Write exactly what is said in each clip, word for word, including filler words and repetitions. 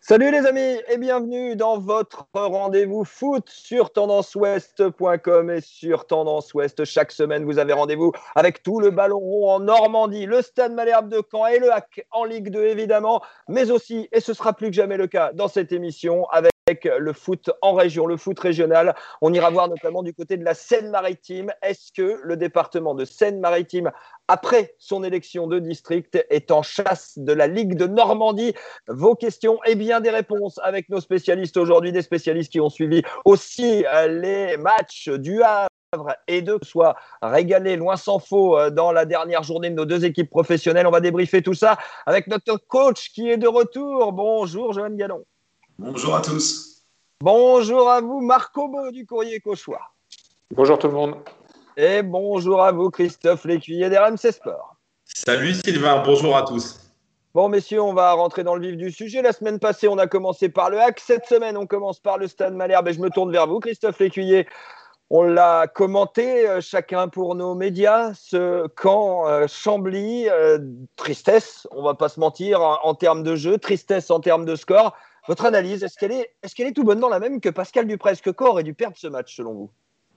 Salut les amis et bienvenue dans votre rendez-vous foot sur tendance ouest point com et sur Tendance Ouest. Chaque semaine, vous avez rendez-vous avec tout le ballon rond en Normandie, le Stade Malherbe de Caen et le H A C en Ligue deux évidemment, mais aussi, et ce sera plus que jamais le cas dans cette émission, avec le foot en région, le foot régional. On ira voir notamment du côté de la Seine-Maritime. Est-ce que le département de Seine-Maritime, après son élection de district, est en chasse de la Ligue de Normandie? Vos questions et bien des réponses avec nos spécialistes aujourd'hui, des spécialistes qui ont suivi aussi les matchs du Havre et de soit régalé loin s'en faut dans la dernière journée de nos deux équipes professionnelles. On va débriefer tout ça avec notre coach qui est de retour. Bonjour Johan Gallon. Bonjour à tous. Bonjour à vous Marc Obo du Courrier Cauchois. Bonjour tout le monde. Et bonjour à vous Christophe Lécuyer d'R M C Sport. Salut Sylvain, bonjour à tous. Bon, messieurs, on va rentrer dans le vif du sujet. La semaine passée, on a commencé par le H A C. Cette semaine, on commence par le Stade Malherbe. Et je me tourne vers vous, Christophe Lécuyer. On l'a commenté, euh, chacun pour nos médias, ce camp euh, Chambly. Euh, tristesse, on ne va pas se mentir, en, en termes de jeu. Tristesse en termes de score. Votre analyse, est-ce qu'elle est, est-ce qu'elle est tout bonnement la même que Pascal Dupré? Est-ce que Caen aurait dû perdre ce match, selon vous?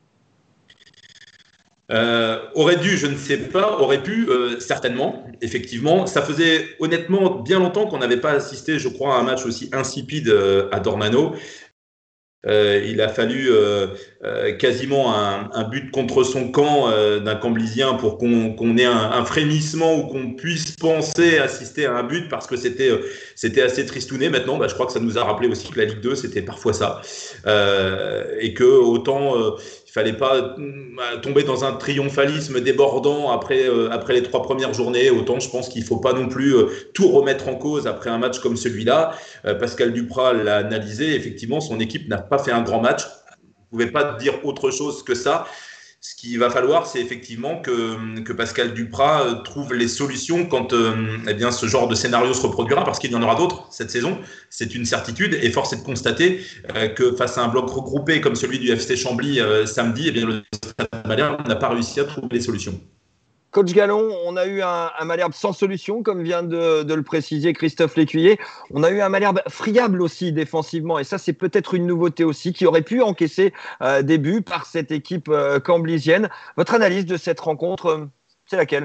Euh, aurait dû, je ne sais pas, aurait pu, euh, certainement, effectivement. Ça faisait honnêtement bien longtemps qu'on n'avait pas assisté, je crois, à un match aussi insipide euh, à Dornano. Euh, il a fallu euh, euh, quasiment un, un but contre son camp euh, d'un Camblisien pour qu'on, qu'on ait un, un frémissement ou qu'on puisse penser assister à un but, parce que c'était, euh, c'était assez tristouné. Maintenant, bah, je crois que ça nous a rappelé aussi que la Ligue deux, c'était parfois ça. Euh, et que autant euh, il fallait pas euh, tomber dans un triomphalisme débordant après, euh, après les trois premières journées, autant je pense qu'il faut pas non plus euh, tout remettre en cause après un match comme celui-là. Euh, Pascal Duprat l'a analysé, effectivement, son équipe n'a pas fait un grand match. Vous ne pouvez pas dire autre chose que ça. Ce qu'il va falloir, c'est effectivement que, que Pascal Duprat trouve les solutions quand euh, eh bien, ce genre de scénario se reproduira, parce qu'il y en aura d'autres cette saison. C'est une certitude, et force est de constater euh, que face à un bloc regroupé comme celui du F C Chambly euh, samedi, eh bien, le Stade Malherbe n'a pas réussi à trouver les solutions. Coach Gallon, on a eu un, un Malherbe sans solution, comme vient de, de le préciser Christophe Lécuyer. On a eu un Malherbe friable aussi défensivement, et ça c'est peut-être une nouveauté aussi, qui aurait pu encaisser euh, des buts par cette équipe euh, camblisienne. Votre analyse de cette rencontre, euh, c'est laquelle?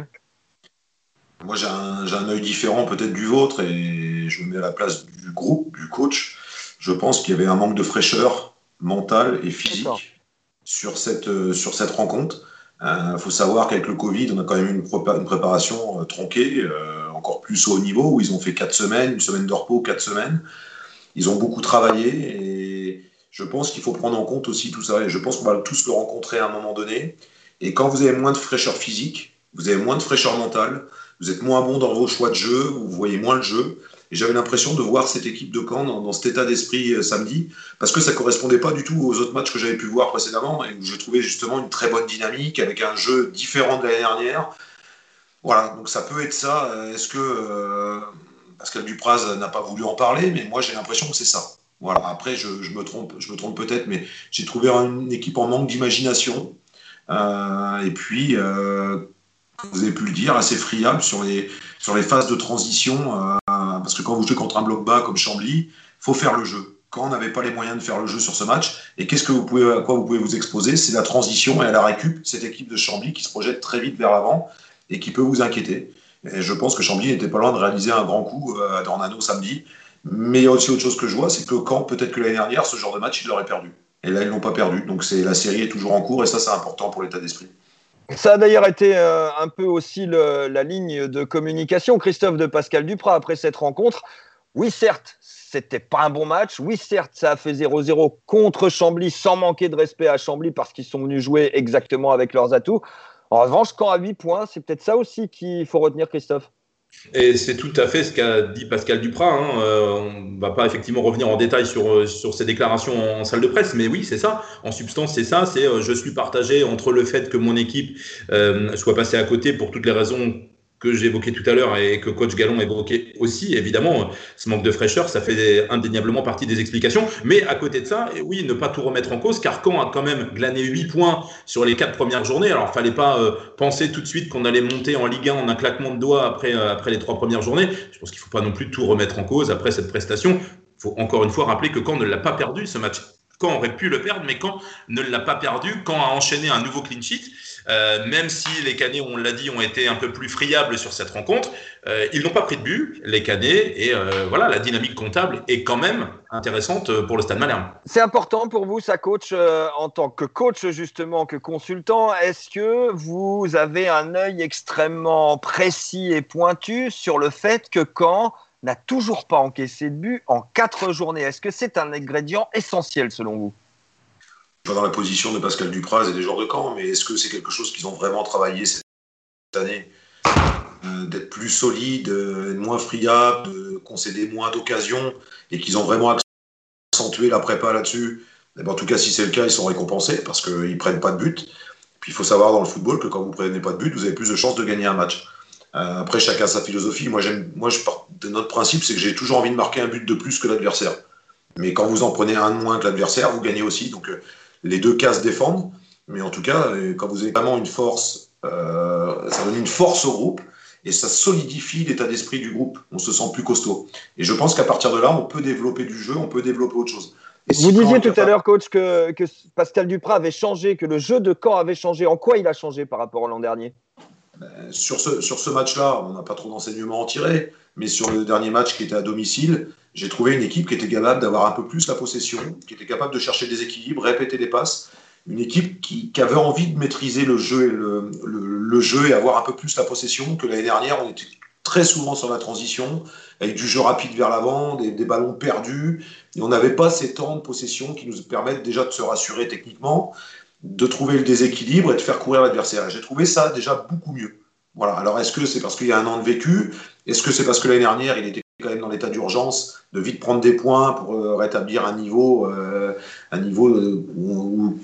Moi, j'ai un, j'ai un œil différent peut-être du vôtre, et je me mets à la place du groupe, du coach. Je pense qu'il y avait un manque de fraîcheur mentale et physique sur cette, euh, sur cette rencontre. Il euh, faut savoir qu'avec le Covid, on a quand même eu une, prépa- une préparation euh, tronquée, euh, encore plus au haut niveau, où ils ont fait quatre semaines, une semaine de repos, quatre semaines. Ils ont beaucoup travaillé, et je pense qu'il faut prendre en compte aussi tout ça. Et je pense qu'on va tous le rencontrer à un moment donné. Et quand vous avez moins de fraîcheur physique, vous avez moins de fraîcheur mentale, vous êtes moins bon dans vos choix de jeu, vous voyez moins le jeu. Et j'avais l'impression de voir cette équipe de Caen dans, dans cet état d'esprit euh, samedi, parce que ça ne correspondait pas du tout aux autres matchs que j'avais pu voir précédemment, et où je trouvais justement une très bonne dynamique, avec un jeu différent de l'année dernière. Voilà, donc ça peut être ça. Est-ce que euh, Pascal Dupraz n'a pas voulu en parler, mais moi j'ai l'impression que c'est ça. Voilà. Après, je, je me trompe, je me trompe peut-être, mais j'ai trouvé une équipe en manque d'imagination. Euh, et puis, euh, vous avez pu le dire, assez friable sur les, sur les phases de transition, euh, parce que quand vous jouez contre un bloc bas comme Chambly, il faut faire le jeu. Quand on n'avait pas les moyens de faire le jeu sur ce match, et qu'est-ce que vous pouvez, à quoi vous pouvez vous exposer? C'est la transition et à la récup, cette équipe de Chambly qui se projette très vite vers l'avant et qui peut vous inquiéter. Et je pense que Chambly n'était pas loin de réaliser un grand coup à Dornano samedi. Mais il y a aussi autre chose que je vois, c'est que Caen, peut-être que l'année dernière, ce genre de match, ils l'auraient perdu. Et là, ils ne l'ont pas perdu. Donc c'est, la série est toujours en cours, et ça, c'est important pour l'état d'esprit. Ça a d'ailleurs été euh, un peu aussi le, la ligne de communication, Christophe, de Pascal Duprat après cette rencontre. Oui, certes, c'était pas un bon match. Oui, certes, ça a fait zéro zéro contre Chambly, sans manquer de respect à Chambly, parce qu'ils sont venus jouer exactement avec leurs atouts. En revanche, quand à huit points, c'est peut-être ça aussi qu'il faut retenir, Christophe. Et c'est tout à fait ce qu'a dit Pascal Duprat. Hein. Euh, on ne va pas effectivement revenir en détail sur, sur ses déclarations en salle de presse, mais oui, c'est ça. En substance, c'est ça. C'est euh, je suis partagé entre le fait que mon équipe euh, soit passée à côté pour toutes les raisons que j'évoquais tout à l'heure et que coach Gallon évoquait aussi. Évidemment, ce manque de fraîcheur, ça fait indéniablement partie des explications. Mais à côté de ça, oui, ne pas tout remettre en cause, car Caen a quand même glané huit points sur les quatre premières journées. Alors, il ne fallait pas euh, penser tout de suite qu'on allait monter en Ligue un en un claquement de doigts après, euh, après les trois premières journées. Je pense qu'il ne faut pas non plus tout remettre en cause après cette prestation. faut encore une fois rappeler que Caen ne l'a pas perdu ce match. Caen aurait pu le perdre, mais Caen ne l'a pas perdu. Caen a enchaîné un nouveau clean sheet. Euh, même si les Canets, on l'a dit, ont été un peu plus friables sur cette rencontre, euh, ils n'ont pas pris de but, les Canets, et euh, voilà, la dynamique comptable est quand même intéressante pour le Stade Malherbe. C'est important pour vous, ça, coach, euh, en tant que coach, justement, que consultant. Est-ce que vous avez un œil extrêmement précis et pointu sur le fait que Caen n'a toujours pas encaissé de but en quatre journées? Est-ce que c'est un ingrédient essentiel, selon vous? Pas dans la position de Pascal Dupraz et des joueurs de Caen, mais est-ce que c'est quelque chose qu'ils ont vraiment travaillé cette année, euh, d'être plus solide, euh, moins friable, de concéder moins d'occasions, et qu'ils ont vraiment accentué la prépa là-dessus? Et ben, en tout cas, si c'est le cas, ils sont récompensés parce qu'ils ne prennent pas de but. Puis il faut savoir dans le football que quand vous ne prenez pas de but, vous avez plus de chances de gagner un match. Euh, après, chacun sa philosophie. Moi, j'aime, moi je pars de notre principe, c'est que j'ai toujours envie de marquer un but de plus que l'adversaire. Mais quand vous en prenez un de moins que l'adversaire, vous gagnez aussi. Donc, euh, les deux cas se défendent. Mais en tout cas, quand vous avez vraiment une force, euh, ça donne une force au groupe et ça solidifie l'état d'esprit du groupe. On se sent plus costaud. Et je pense qu'à partir de là, on peut développer du jeu, on peut développer autre chose. Et vous si disiez tout capable... à l'heure, coach, que, que Pascal Dupraz avait changé, que le jeu de Caen avait changé. En quoi il a changé par rapport à l'an dernier? Sur ce, sur ce match-là, on n'a pas trop d'enseignements à en tirer, mais sur le dernier match qui était à domicile, j'ai trouvé une équipe qui était capable d'avoir un peu plus la possession, qui était capable de chercher des équilibres, répéter des passes, une équipe qui, qui avait envie de maîtriser le jeu, et le, le, le jeu et avoir un peu plus la possession que l'année dernière. On était très souvent sur la transition, avec du jeu rapide vers l'avant, des, des ballons perdus, et on n'avait pas ces temps de possession qui nous permettent déjà de se rassurer techniquement, de trouver le déséquilibre et de faire courir l'adversaire. Et j'ai trouvé ça déjà beaucoup mieux. Voilà. Alors, est-ce que c'est parce qu'il y a un an de vécu? Est-ce que c'est parce que l'année dernière, il était quand même dans l'état d'urgence de vite prendre des points pour euh, rétablir un niveau, euh, un niveau euh, où, où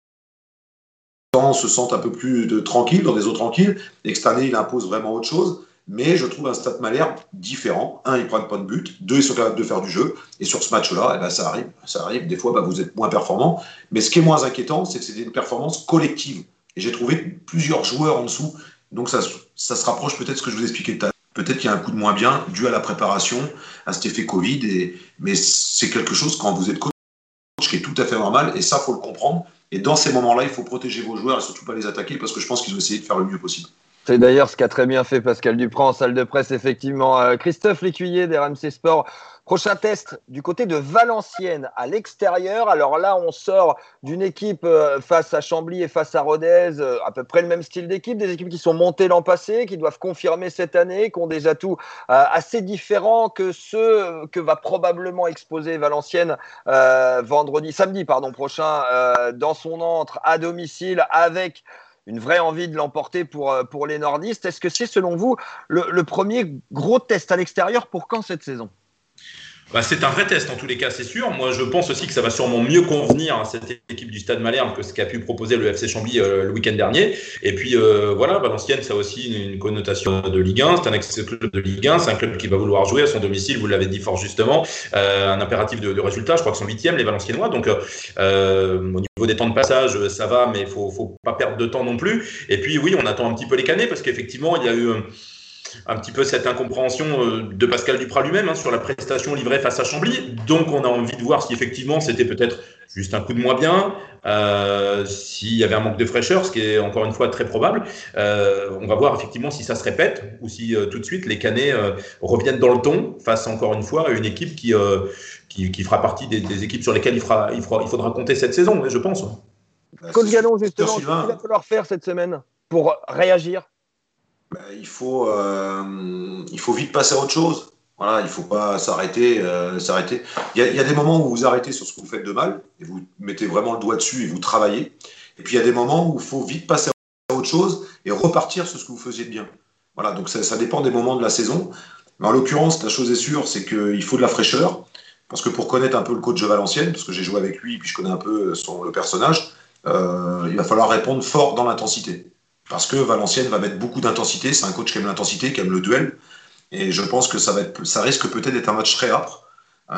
quand on se sent un peu plus de, tranquille, dans des eaux tranquilles, et que cette année, il impose vraiment autre chose. Mais je trouve un Stade Malherbe différent. Un, ils ne prennent pas de but. Deux, ils sont capables de faire du jeu. Et sur ce match-là, eh ben, ça arrive. Ça arrive. Des fois, bah, vous êtes moins performant. Mais ce qui est moins inquiétant, c'est que c'était une performance collective. Et j'ai trouvé plusieurs joueurs en dessous. Donc ça, ça se rapproche peut-être de ce que je vous expliquais tout à l'heure. Peut-être qu'il y a un coup de moins bien dû à la préparation, à cet effet Covid. Et, mais c'est quelque chose, quand vous êtes coach, qui est tout à fait normal. Et ça, il faut le comprendre. Et dans ces moments-là, il faut protéger vos joueurs et surtout pas les attaquer parce que je pense qu'ils ont essayé de faire le mieux possible. C'est d'ailleurs ce qu'a très bien fait Pascal Dupraz en salle de presse, effectivement. Euh, Christophe Lécuyer d'R M C Sport. Prochain test du côté de Valenciennes à l'extérieur. Alors là, on sort d'une équipe euh, face à Chambly et face à Rodez, euh, à peu près le même style d'équipe, des équipes qui sont montées l'an passé, qui doivent confirmer cette année, qui ont des atouts euh, assez différents que ceux que va probablement exposer Valenciennes euh, vendredi, samedi pardon, prochain euh, dans son antre à domicile avec une vraie envie de l'emporter pour, pour les nordistes. Est-ce que c'est, selon vous, le, le premier gros test à l'extérieur pour quand cette saison? Bah, c'est un vrai test en tous les cas, c'est sûr. Moi, je pense aussi que ça va sûrement mieux convenir à cette équipe du Stade Malherbe que ce qu'a pu proposer le F C Chambly euh, le week-end dernier. Et puis, euh, voilà, Valenciennes, ça a aussi une, une connotation de Ligue un. C'est un ex-club de Ligue un. C'est un club qui va vouloir jouer à son domicile, vous l'avez dit fort justement. Euh, un impératif de, de résultat. Je crois qu'ils sont huitièmes, les Valenciennois. Donc, euh, au niveau des temps de passage, ça va, mais il ne faut, faut pas perdre de temps non plus. Et puis, oui, on attend un petit peu les Canets parce qu'effectivement, il y a eu un petit peu cette incompréhension de Pascal Dupraz lui-même hein, sur la prestation livrée face à Chambly. Donc, on a envie de voir si effectivement c'était peut-être juste un coup de moins bien, euh, s'il y avait un manque de fraîcheur, ce qui est encore une fois très probable. Euh, on va voir effectivement si ça se répète ou si euh, tout de suite les Canets euh, reviennent dans le ton face encore une fois à une équipe qui, euh, qui, qui fera partie des, des équipes sur lesquelles il, fera, il, fera, il faudra compter cette saison, je pense. Coach Gallon, justement, qu'est-ce qu'il va falloir faire cette semaine pour réagir? Ben, il, faut, euh, il faut vite passer à autre chose. Voilà, il ne faut pas s'arrêter. Euh, s'arrêter. Il, y a, il y a des moments où vous arrêtez sur ce que vous faites de mal et vous mettez vraiment le doigt dessus et vous travaillez. Et puis il y a des moments où il faut vite passer à autre chose et repartir sur ce que vous faisiez de bien. Voilà, donc ça, ça dépend des moments de la saison. Mais en l'occurrence, la chose est sûre, c'est qu'il faut de la fraîcheur. Parce que pour connaître un peu le coach de Valenciennes, parce que j'ai joué avec lui et puis je connais un peu son, le personnage, euh, il va falloir répondre fort dans l'intensité. Parce que Valenciennes va mettre beaucoup d'intensité. C'est un coach qui aime l'intensité, qui aime le duel. Et je pense que ça, va être, ça risque peut-être d'être un match très âpre.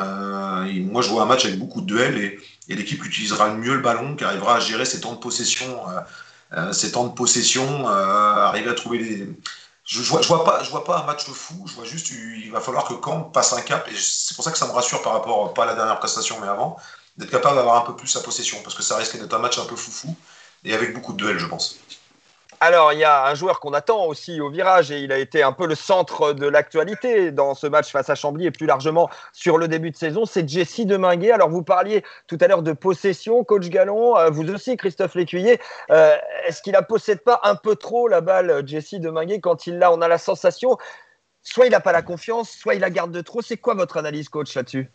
Euh, moi, je vois un match avec beaucoup de duels et, et l'équipe utilisera mieux le ballon, qui arrivera à gérer ses temps de possession, euh, ses temps de possession, euh, arriver à trouver les, Je, je, vois, je vois pas, je vois pas un match fou. Je vois juste, il va falloir que Caen passe un cap. Et c'est pour ça que ça me rassure par rapport, pas à la dernière prestation, mais avant, d'être capable d'avoir un peu plus sa possession, parce que ça risque d'être un match un peu foufou et avec beaucoup de duels, je pense. Alors, il y a un joueur qu'on attend aussi au virage et il a été un peu le centre de l'actualité dans ce match face à Chambly et plus largement sur le début de saison, c'est Jesse Deminguet. Alors, vous parliez tout à l'heure de possession, coach Gallon, vous aussi, Christophe Lécuyer. Euh, est-ce qu'il ne possède pas un peu trop la balle, Jesse Deminguet, quand il l'a, on a la sensation, soit il n'a pas la confiance, soit il la garde de trop. C'est quoi votre analyse, coach, là-dessus?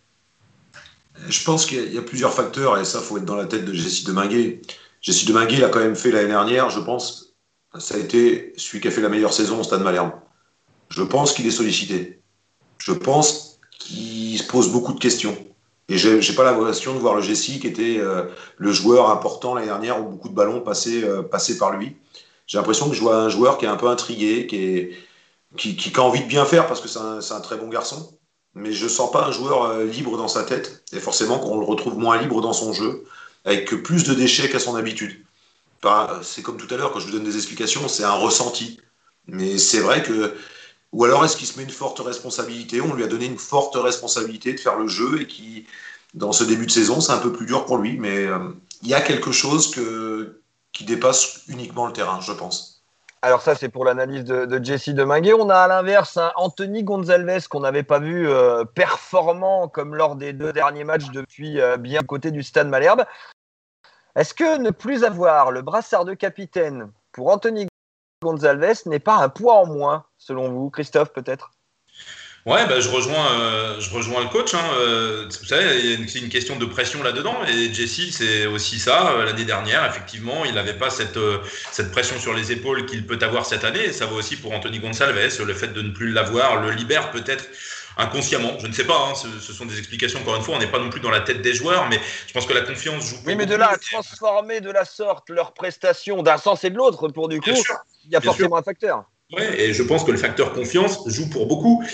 Je pense qu'il y a plusieurs facteurs et ça, il faut être dans la tête de Jesse Deminguet. Jesse Deminguet l'a quand même fait l'année dernière, je pense. Ça a été celui qui a fait la meilleure saison au Stade Malherbe. Je pense qu'il est sollicité. Je pense qu'il se pose beaucoup de questions. Et je n'ai pas l'impression de voir le Jesse qui était euh, le joueur important l'année dernière où beaucoup de ballons passaient, euh, passaient par lui. J'ai l'impression que je vois un joueur qui est un peu intrigué, qui, est, qui, qui, qui a envie de bien faire parce que c'est un, c'est un très bon garçon. Mais je ne sens pas un joueur euh, libre dans sa tête. Et forcément, qu'on le retrouve moins libre dans son jeu, avec plus de déchets qu'à son habitude. C'est comme tout à l'heure, quand je vous donne des explications, c'est un ressenti. Mais c'est vrai que. Ou alors est-ce qu'il se met une forte responsabilité? On lui a donné une forte responsabilité de faire le jeu et qui, dans ce début de saison, c'est un peu plus dur pour lui. Mais euh, il y a quelque chose que, qui dépasse uniquement le terrain, je pense. Alors ça, c'est pour l'analyse de, de Jesse Deminguet. On a à l'inverse un Anthony Gonzalez qu'on n'avait pas vu euh, performant comme lors des deux derniers matchs depuis euh, bien côté du Stade Malherbe. Est-ce que ne plus avoir le brassard de capitaine pour Anthony Gonzalez n'est pas un poids en moins, selon vous, Christophe, peut-être? Ouais, bah, je rejoins, euh, je rejoins le coach. Hein. Euh, vous savez, c'est une question de pression là-dedans. Et Jesse, c'est aussi ça. L'année dernière, effectivement, il n'avait pas cette, euh, cette pression sur les épaules qu'il peut avoir cette année. Et ça vaut aussi pour Anthony Gonçalves. Le fait de ne plus l'avoir le libère peut-être inconsciemment. Je ne sais pas. Hein. Ce, ce sont des explications, encore une fois. On n'est pas non plus dans la tête des joueurs. Mais je pense que la confiance joue pour Oui, mais beaucoup. de là à transformer de la sorte leurs prestations d'un sens et de l'autre, pour du coup, il y a Bien forcément sûr. un facteur. Ouais, et je pense que le facteur confiance joue pour beaucoup.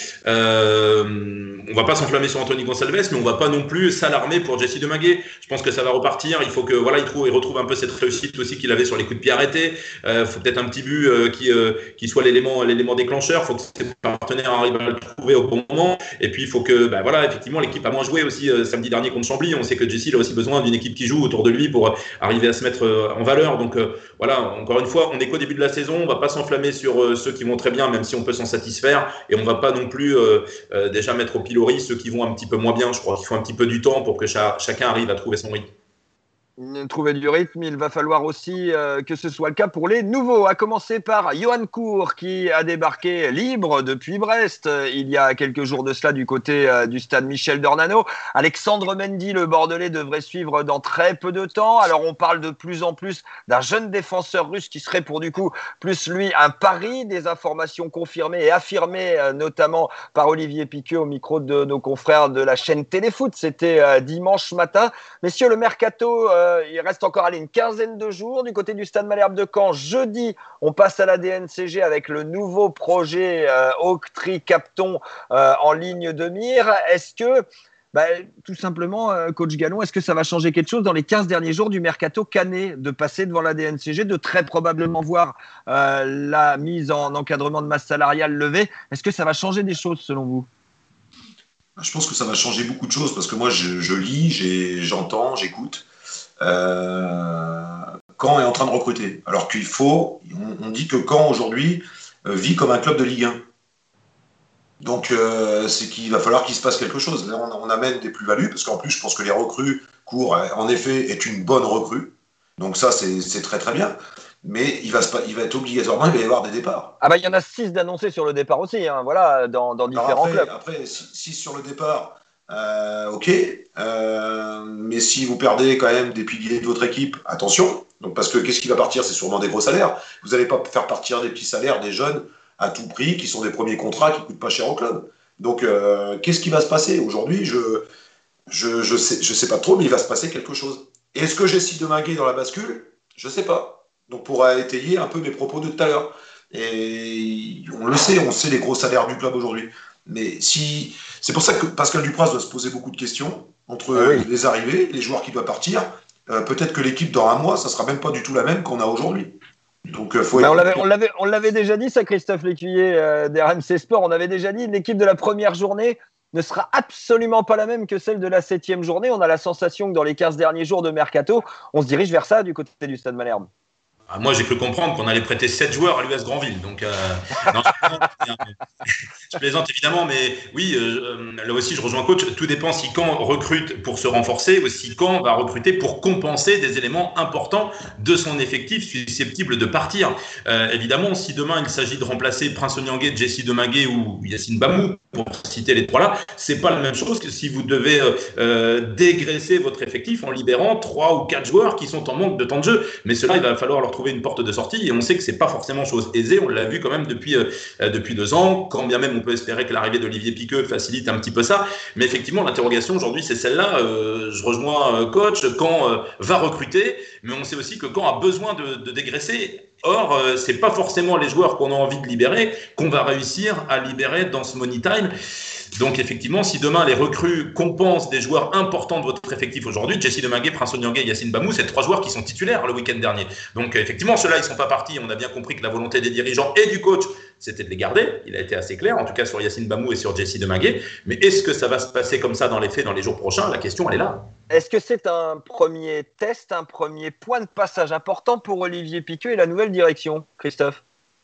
Euh, on va pas s'enflammer sur Anthony Gonçalves, mais on va pas non plus s'alarmer pour Jesse Deminguet. Je pense que ça va repartir. Il faut que voilà, il trouve, il retrouve un peu cette réussite aussi qu'il avait sur les coups de pied arrêtés. Euh, faut peut-être un petit but euh, qui euh, qui soit l'élément l'élément déclencheur. Faut que ses partenaires arrivent à le trouver au bon moment. Et puis il faut que bah voilà, effectivement, l'équipe a moins joué aussi euh, samedi dernier contre Chambly. On sait que Jesse a aussi besoin d'une équipe qui joue autour de lui pour arriver à se mettre euh, en valeur. Donc euh, voilà, encore une fois, on est qu'au début de la saison. On va pas s'enflammer sur euh, ceux qui vont très bien, même si on peut s'en satisfaire, et on ne va pas non plus euh, euh, déjà mettre au pilori ceux qui vont un petit peu moins bien. Je crois qu'il faut un petit peu du temps pour que cha- chacun arrive à trouver son rythme. Trouver du rythme, il va falloir aussi euh, que ce soit le cas pour les nouveaux, à commencer par Johan Cour qui a débarqué libre depuis Brest euh, il y a quelques jours de cela du côté euh, du stade Michel Dornano. Alexandre Mendy, le Bordelais, devrait suivre dans très peu de temps. Alors on parle de plus en plus d'un jeune défenseur russe qui serait pour du coup plus lui un pari, des informations confirmées et affirmées euh, notamment par Olivier Piqueux au micro de nos confrères de la chaîne Téléfoot. C'était euh, dimanche matin. Messieurs, le mercato euh, il reste encore allez, une quinzaine de jours du côté du Stade Malherbe de Caen. Jeudi, on passe à la D N C G avec le nouveau projet euh, Octree Capton euh, en ligne de mire. Est-ce que, bah, tout simplement, euh, coach Gallon, est-ce que ça va changer quelque chose dans les quinze derniers jours du mercato canet de passer devant la D N C G, de très probablement voir euh, la mise en encadrement de masse salariale levée? Est-ce que ça va changer des choses selon vous? Je pense que ça va changer beaucoup de choses parce que moi, je, je lis, j'ai, j'entends, j'écoute. Euh, Caen est en train de recruter. Alors qu'il faut, on, on dit que Caen aujourd'hui euh, vit comme un club de Ligue un. Donc euh, c'est qu'il va falloir qu'il se passe quelque chose. Là, on, on amène des plus-values parce qu'en plus, je pense que les recrues Cour, en effet, est une bonne recrue. Donc ça, c'est, c'est très très bien. Mais il va, se, il va être obligatoirement, il va y avoir des départs. Ah bah il y en a six d'annoncés sur le départ aussi, hein, voilà, dans, dans différents après, clubs. Après, six sur le départ. Euh, ok, euh, mais si vous perdez quand même des piliers de votre équipe, attention. Donc parce que qu'est-ce qui va partir? C'est sûrement des gros salaires. Vous n'allez pas faire partir des petits salaires des jeunes à tout prix, qui sont des premiers contrats qui coûtent pas cher au club. Donc euh, qu'est-ce qui va se passer aujourd'hui? Je je je sais je sais pas trop, mais il va se passer quelque chose. Est-ce que j'ai Jesse Deminguet dans la bascule? Je sais pas. Donc pour étayer un peu mes propos de tout à l'heure. Et on le sait, on sait les gros salaires du club aujourd'hui. Mais si, c'est pour ça que Pascal Dupraz doit se poser beaucoup de questions entre Ah oui. les arrivées, les joueurs qui doivent partir. Euh, peut-être que l'équipe dans un mois, ça sera même pas du tout la même qu'on a aujourd'hui. Donc, euh, faut Mais être... on l'avait, on l'avait, on l'avait déjà dit, ça, Christophe Lécuyer euh, d'R M C Sport. On avait déjà dit l'équipe de la première journée ne sera absolument pas la même que celle de la septième journée. On a la sensation que dans les quinze derniers jours de mercato, on se dirige vers ça du côté du Stade Malherbe. Ah, moi, j'ai cru comprendre qu'on allait prêter sept joueurs à l'U S Grandville. Donc, euh, non, je, plaisante, je plaisante évidemment, mais oui, euh, là aussi, je rejoins coach. Tout dépend si Caen recrute pour se renforcer ou si Caen va recruter pour compenser des éléments importants de son effectif susceptible de partir. Euh, évidemment, si demain il s'agit de remplacer Prince Onyangé, Jessie Deminguet ou Yacine Bamou, pour citer les trois là, c'est pas la même chose que si vous devez euh, dégraisser votre effectif en libérant trois ou quatre joueurs qui sont en manque de temps de jeu. Mais cela, il va falloir leur trouver une porte de sortie et on sait que c'est pas forcément chose aisée. On l'a vu quand même depuis euh, depuis deux ans. Quand bien même on peut espérer que l'arrivée d'Olivier Piqueux facilite un petit peu ça, mais effectivement l'interrogation aujourd'hui c'est celle-là. Euh, je rejoins euh, coach. Caen euh, va recruter, mais on sait aussi que Caen a besoin de, de dégraisser. Or, euh, c'est pas forcément les joueurs qu'on a envie de libérer qu'on va réussir à libérer dans ce money time. Donc effectivement, si demain les recrues compensent des joueurs importants de votre effectif aujourd'hui, Jessie Deminguet, Prince Onyangé et Yacine Bamou, c'est trois joueurs qui sont titulaires le week-end dernier. Donc effectivement, ceux-là, ils sont pas partis. On a bien compris que la volonté des dirigeants et du coach, c'était de les garder. Il a été assez clair, en tout cas sur Yacine Bamou et sur Jessie Deminguet. Mais est-ce que ça va se passer comme ça dans les faits dans les jours prochains? La question, elle est là. Est-ce que c'est un premier test, un premier point de passage important pour Olivier Piqueux et la nouvelle direction, Christophe?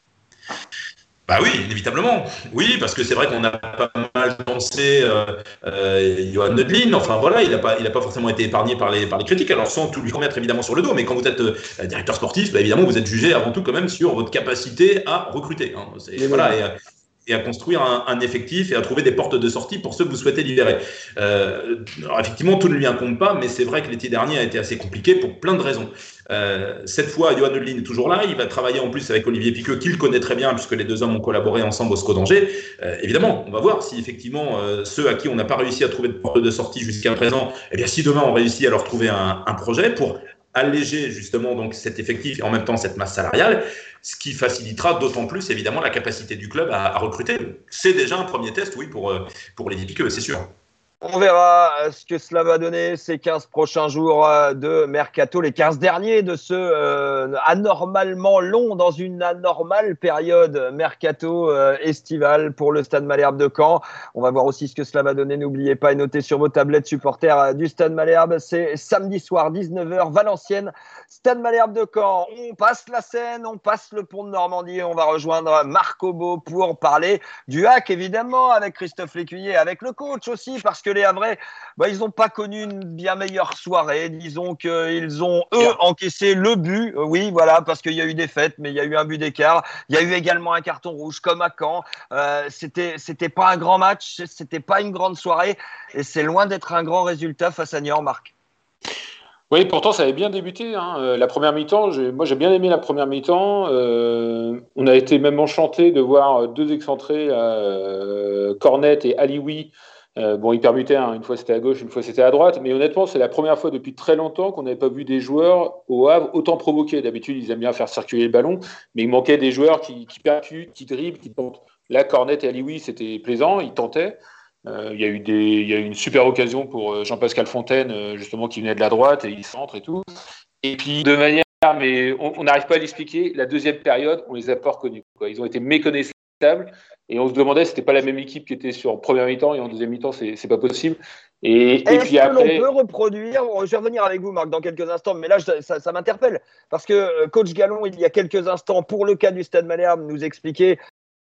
Bah oui, inévitablement. Oui, parce que c'est vrai qu'on a pas mal pensé euh, euh, Johan Nödlin. Enfin voilà, il n'a pas, il a pas forcément été épargné par les, par les critiques. Alors sans tout lui remettre évidemment sur le dos, mais quand vous êtes euh, directeur sportif, bah, évidemment vous êtes jugé avant tout quand même sur votre capacité à recruter. Hein. C'est, voilà, et, et à construire un, un effectif et à trouver des portes de sortie pour ceux que vous souhaitez libérer. Euh, alors effectivement, tout ne lui incombe pas, mais c'est vrai que l'été dernier a été assez compliqué pour plein de raisons. Euh, cette fois, Johan Nödlin est toujours là. Il va travailler en plus avec Olivier Piqueux, qu'il connaît très bien, puisque les deux hommes ont collaboré ensemble au S C O d'Angers. Euh, évidemment, on va voir si effectivement euh, ceux à qui on n'a pas réussi à trouver de porte de sortie jusqu'à présent, eh bien si demain on réussit à leur trouver un, un projet pour alléger justement donc cet effectif et en même temps cette masse salariale, ce qui facilitera d'autant plus évidemment la capacité du club à, à recruter. C'est déjà un premier test, oui, pour pour Olivier Piqueux, c'est sûr. On verra ce que cela va donner ces quinze prochains jours de mercato, les quinze derniers de ce euh, anormalement long dans une anormale période mercato euh, estivale pour le Stade Malherbe de Caen. On va voir aussi ce que cela va donner. N'oubliez pas et notez sur vos tablettes supporters du Stade Malherbe. C'est samedi soir, dix-neuf heures, Valenciennes, Stade Malherbe de Caen. On passe la Seine, on passe le pont de Normandie. On va rejoindre Marc Obo pour parler du H A C, évidemment, avec Christophe Lécuyer, avec le coach aussi, parce que les Havrais, bah, ils n'ont pas connu une bien meilleure soirée. Disons qu'ils ont, eux, encaissé le but. Oui, voilà, parce qu'il y a eu des fêtes, mais il y a eu un but d'écart. Il y a eu également un carton rouge, comme à Caen. Euh, c'était, c'était pas un grand match, c'était pas une grande soirée, et c'est loin d'être un grand résultat face à Niort, Marc. Oui, pourtant, ça avait bien débuté. Hein. La première mi-temps, j'ai, moi, j'ai bien aimé la première mi-temps. Euh, on a été même enchantés de voir deux excentrés, euh, Cornet et Alioui. Euh, bon, ils permutaient, hein. Une fois c'était à gauche, une fois c'était à droite, mais honnêtement, c'est la première fois depuis très longtemps qu'on n'avait pas vu des joueurs au Havre autant provoqués. D'habitude, ils aiment bien faire circuler le ballon, mais il manquait des joueurs qui, qui percutent, qui dribblent, qui tentent. Là, Cornet et Alioui, c'était plaisant, ils tentaient. Euh, il y a eu des, il y a eu une super occasion pour Jean-Pascal Fontaine, justement, qui venait de la droite et il centre et tout. Et puis, de manière, mais on n'arrive pas à l'expliquer, la deuxième période, on les a pas reconnus, quoi. Ils ont été méconnaissables. Et on se demandait si c'était pas la même équipe qui était sur première mi-temps et en deuxième mi-temps, c'est, c'est pas possible. Et, et puis après, est-ce que l'on peut reproduire, je vais revenir avec vous, Marc, dans quelques instants, mais là, ça, ça m'interpelle. Parce que coach Gallon, il y a quelques instants, pour le cas du Stade Malherbe, nous expliquait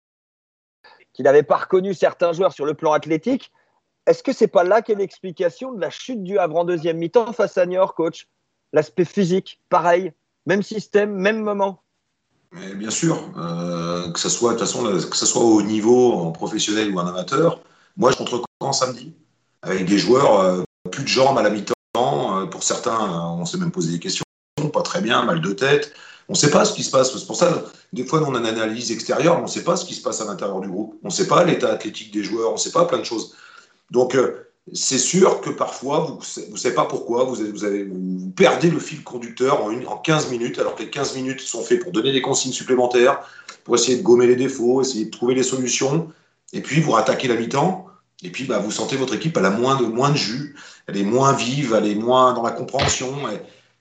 qu'il n'avait pas reconnu certains joueurs sur le plan athlétique. Est-ce que c'est pas là qu'est l'explication de la chute du Havre en deuxième mi-temps face à Niort, coach? L'aspect physique, pareil, même système, même moment. Mais bien sûr, euh, que ça soit de toute façon, que ça soit au niveau en professionnel ou en amateur. Moi, je contre Caen samedi avec des joueurs euh, plus de jambes à la mi-temps. Euh, pour certains, euh, on s'est même posé des questions, pas très bien, mal de tête. On ne sait pas ce qui se passe. C'est pour ça, des fois, on a une analyse extérieure, on ne sait pas ce qui se passe à l'intérieur du groupe. On ne sait pas l'état athlétique des joueurs, on ne sait pas plein de choses. Donc, euh, c'est sûr que parfois, vous ne savez pas pourquoi, vous, avez, vous, avez, vous perdez le fil conducteur en, une, en quinze minutes, alors que les quinze minutes sont faits pour donner des consignes supplémentaires, pour essayer de gommer les défauts, essayer de trouver les solutions, et puis vous rattaquez la mi-temps, et puis bah, vous sentez votre équipe, elle a moins de, moins de jus, elle est moins vive, elle est moins dans la compréhension. Elle,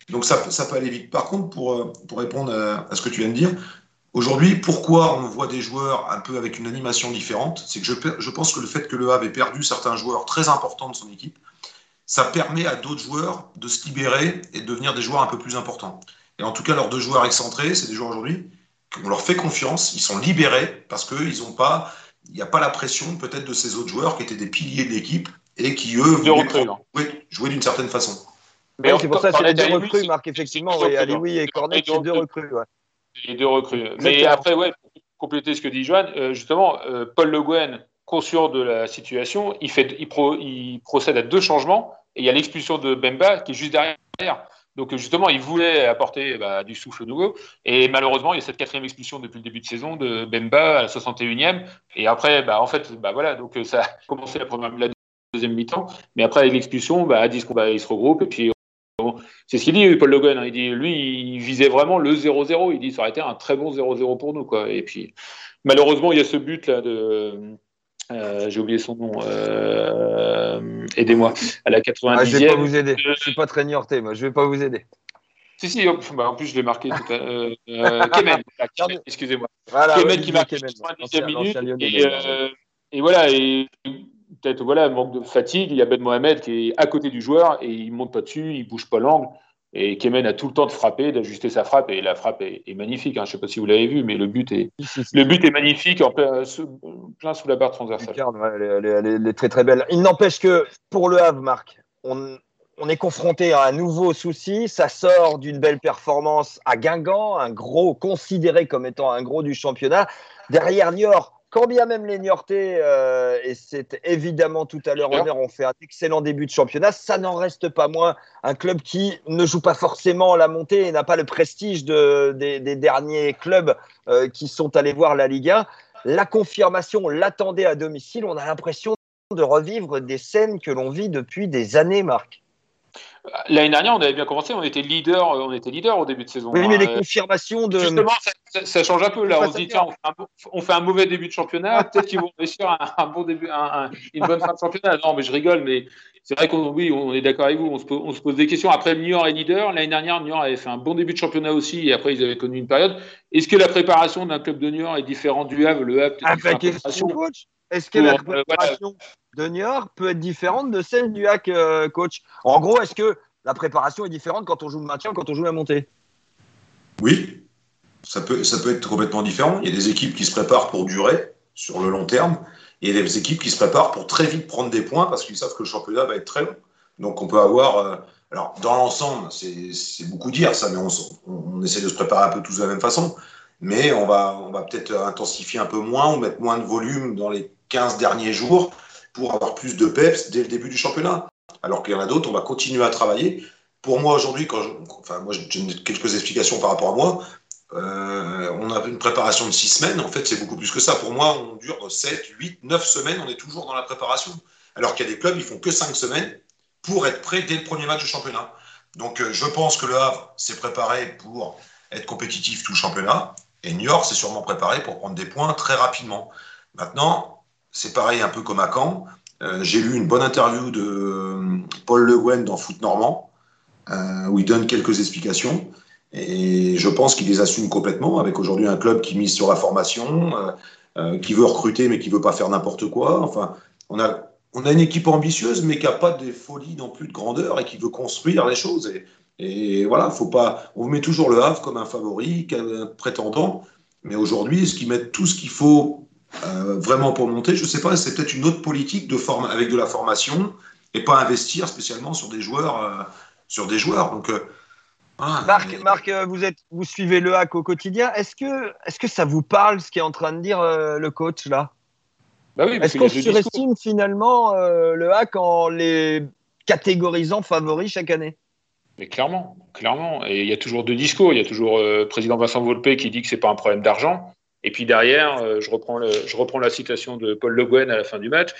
Donc ça, ça peut aller vite. Par contre, pour, pour répondre à, à ce que tu viens de dire, aujourd'hui, pourquoi on voit des joueurs un peu avec une animation différente? C'est que je, je pense que le fait que Le Havre ait perdu certains joueurs très importants de son équipe, ça permet à d'autres joueurs de se libérer et de devenir des joueurs un peu plus importants. Et en tout cas, leurs deux joueurs excentrés, c'est des joueurs aujourd'hui qu'on leur fait confiance, ils sont libérés parce qu'ils n'ont pas, il n'y a pas la pression peut-être de ces autres joueurs qui étaient des piliers de l'équipe et qui, eux, voulaient prendre, jouer, jouer d'une certaine façon. Mais oui, c'est pour ça que c'est les deux recrues, Marc, effectivement. Oui, Alioui et Cornet, c'est deux recrues. Ouais. Les deux recrues. Mais après, ouais, pour compléter ce que dit Johan, euh, justement, euh, Paul Le Guen, conscient de la situation, il, fait, il, pro, il procède à deux changements et il y a l'expulsion de Bemba qui est juste derrière. Donc justement, il voulait apporter bah, du souffle nouveau. Et malheureusement, il y a cette quatrième expulsion depuis le début de saison de Bemba à la soixante et unième. Et après, bah, en fait, bah, voilà, donc ça a commencé la, première, la deuxième mi-temps. Mais après, avec l'expulsion, bah, à dix, bah, il se regroupe. Et puis, bon, c'est ce qu'il dit, Paul Le Guen. Hein, il dit, lui, il visait vraiment le zéro zéro. Il dit, ça aurait été un très bon zéro zéro pour nous, quoi. Et puis, malheureusement, il y a ce but là de... Euh, j'ai oublié son nom. Euh, aidez-moi. À la quatre-vingt-dixième. Ah, je vais pas vous aider. Je suis pas très niortais, moi. Je vais pas vous aider. Si, si. Bah, en plus, je l'ai marqué tout à l'heure. Euh, Kemen. Excusez-moi. Voilà, Kemen ouais, qui marque à la quatre-vingt-dixième minute. Et, euh, et voilà. Et peut-être voilà, manque de fatigue. Il y a Ben Mohamed qui est à côté du joueur et il monte pas dessus, il bouge pas l'angle. Et Kemen a tout le temps de frapper, d'ajuster sa frappe, et la frappe est, est magnifique. Hein. Je ne sais pas si vous l'avez vu, mais le but est, si, si. Le but est magnifique, en plein, plein sous la barre transversale. Ouais, elle, est, elle, est, elle est très très belle. Il n'empêche que pour le Havre, Marc, on, on est confronté à un nouveau souci. Ça sort d'une belle performance à Guingamp, un gros considéré comme étant un gros du championnat. Derrière Niort, quand bien même les Niortais, euh, et c'est évidemment tout à leur honneur, ont fait un excellent début de championnat, ça n'en reste pas moins un club qui ne joue pas forcément la montée et n'a pas le prestige de, des, des derniers clubs euh, qui sont allés voir la Ligue un. La confirmation, on l'attendait à domicile, on a l'impression de revivre des scènes que l'on vit depuis des années, Marc. L'année dernière, on avait bien commencé, on était leader, on était leader au début de saison. Oui, mais les confirmations de. Justement, ça, ça, ça change un peu. Là, on se dit, tiens, on fait, un, on fait un mauvais début de championnat, peut-être qu'ils vont réussir un, un bon début, un, un, une bonne fin de championnat. Non, mais je rigole, mais c'est vrai qu'on oui, on est d'accord avec vous, on se, pose, on se pose des questions. Après, Niort est leader. L'année dernière, Niort avait fait un bon début de championnat aussi, et après, ils avaient connu une période. Est-ce que la préparation d'un club de Niort est différente du Havre? Le Havre, peut-être ah, question, coach. Est-ce que pour, la préparation euh, voilà. de Niort peut être différente de celle du H A C, euh, coach? En gros, est-ce que la préparation est différente quand on joue le maintien, quand on joue la montée? Oui, ça peut, ça peut être complètement différent. Il y a des équipes qui se préparent pour durer sur le long terme, et il y a des équipes qui se préparent pour très vite prendre des points parce qu'ils savent que le championnat va être très long. Donc on peut avoir... Euh, alors dans l'ensemble, c'est, c'est beaucoup dire ça, mais on, on, on essaie de se préparer un peu tous de la même façon. Mais on va, on va peut-être intensifier un peu moins ou mettre moins de volume dans les quinze derniers jours pour avoir plus de peps dès le début du championnat. Alors qu'il y en a d'autres, on va continuer à travailler. Pour moi, aujourd'hui, quand je, enfin, moi, j'ai quelques explications par rapport à moi. Euh, on a une préparation de six semaines. En fait, c'est beaucoup plus que ça. Pour moi, on dure sept, huit, neuf semaines. On est toujours dans la préparation. Alors qu'il y a des clubs, ils font que cinq semaines pour être prêts dès le premier match du championnat. Donc, euh, je pense que le Havre s'est préparé pour être compétitif tout le championnat. Et Niort s'est sûrement préparé pour prendre des points très rapidement. Maintenant, c'est pareil un peu comme à Caen. Euh, j'ai lu une bonne interview de euh, Paul Le Guen dans Foot Normand, euh, où il donne quelques explications. Et je pense qu'il les assume complètement, avec aujourd'hui un club qui mise sur la formation, euh, euh, qui veut recruter, mais qui ne veut pas faire n'importe quoi. Enfin, on a, on a une équipe ambitieuse, mais qui n'a pas de folie non plus de grandeur et qui veut construire les choses. Et, et voilà, faut pas, on met toujours le Havre comme un favori, comme un prétendant. Mais aujourd'hui, est-ce qu'ils mettent tout ce qu'il faut Euh, vraiment pour monter, je ne sais pas, c'est peut-être une autre politique de forme, avec de la formation et pas investir spécialement sur des joueurs. Euh, sur des joueurs. Donc, euh, ah, Marc, mais... Marc vous, êtes, vous suivez le H A C au quotidien. Est-ce que, est-ce que ça vous parle ce qu'est en train de dire euh, le coach là? Bah oui, Est-ce qu'on surestime finalement euh, le H A C en les catégorisant favoris chaque année? Mais clairement, clairement. Et il y a toujours deux discours. Il y a toujours le euh, président Vincent Volpe qui dit que ce n'est pas un problème d'argent. Et puis derrière, euh, je, reprends le, je reprends la citation de Paul Le Guen à la fin du match.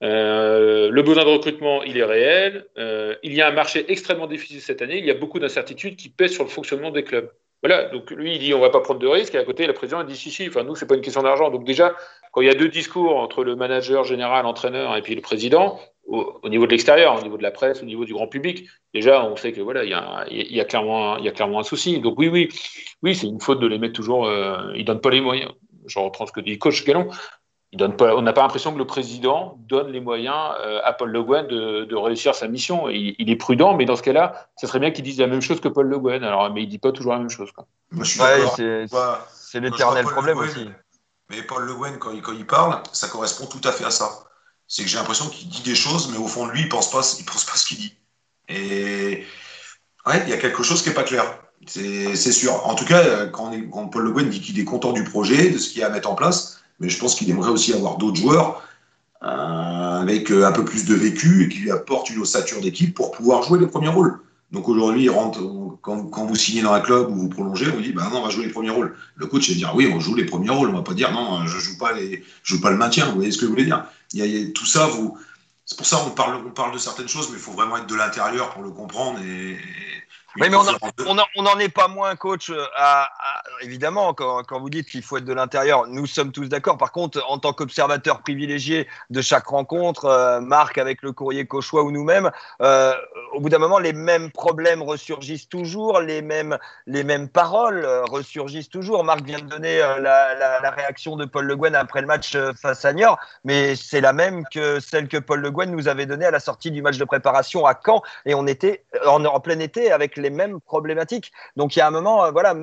Euh, le besoin de recrutement, il est réel. Euh, il y a un marché extrêmement difficile cette année. Il y a beaucoup d'incertitudes qui pèsent sur le fonctionnement des clubs. Voilà, donc lui, il dit on ne va pas prendre de risques. Et à côté, le président, il dit si, si, enfin, nous, ce n'est pas une question d'argent. Donc déjà, quand il y a deux discours entre le manager général, entraîneur et puis le président, au, au niveau de l'extérieur, au niveau de la presse, au niveau du grand public. Déjà, on sait que voilà, il y a, il y a clairement, il y a clairement un souci. Donc oui, oui, oui, c'est une faute de les mettre toujours. Euh, ils donnent pas les moyens. Je reprends ce que dit coach Gallon. Il donne pas, on n'a pas l'impression que le président donne les moyens euh, à Paul Le Guen de, de réussir sa mission. Il, il est prudent, mais dans ce cas-là, ça serait bien qu'il dise la même chose que Paul Le Guen. Alors, mais il dit pas toujours la même chose, quoi. Moi, je suis Ouais, d'accord. c'est, Moi, c'est quand je l'éternel vois Paul problème Le Guen, aussi. mais Paul Le Guen, quand il, quand il parle, ça correspond tout à fait à ça. C'est que j'ai l'impression qu'il dit des choses, mais au fond de lui, il pense pas, il pense pas ce qu'il dit. Et ouais, il y a quelque chose qui est pas clair. C'est, c'est sûr. En tout cas, quand, on est, quand Paul Le Guen dit qu'il est content du projet, de ce qu'il y a à mettre en place, mais je pense qu'il aimerait aussi avoir d'autres joueurs euh, avec un peu plus de vécu et qui lui apportent une ossature d'équipe pour pouvoir jouer les premiers rôles. Donc aujourd'hui, il rentre, quand, quand vous signez dans un club ou vous prolongez, on vous dit bah non, on va jouer les premiers rôles. Le coach va dire oui, on joue les premiers rôles. On va pas dire non, je joue pas les, je joue pas le maintien. Vous voyez ce que je voulais dire? Il y a, il y a tout ça. Vous, c'est pour ça qu'on parle, on parle de certaines choses, mais il faut vraiment être de l'intérieur pour le comprendre. Et, et Oui, mais on n'en est pas moins, coach. À, à, évidemment, quand, quand vous dites qu'il faut être de l'intérieur, nous sommes tous d'accord. Par contre, en tant qu'observateur privilégié de chaque rencontre, euh, Marc avec le courrier Cauchois ou nous-mêmes, euh, au bout d'un moment, les mêmes problèmes ressurgissent toujours, les mêmes, les mêmes paroles euh, ressurgissent toujours. Marc vient de donner euh, la, la, la réaction de Paul Le Guen après le match euh, face à Niort, mais c'est la même que celle que Paul Le Guen nous avait donnée à la sortie du match de préparation à Caen, et on était en, en plein été avec les mêmes problématiques. Donc il y a un moment, euh, voilà,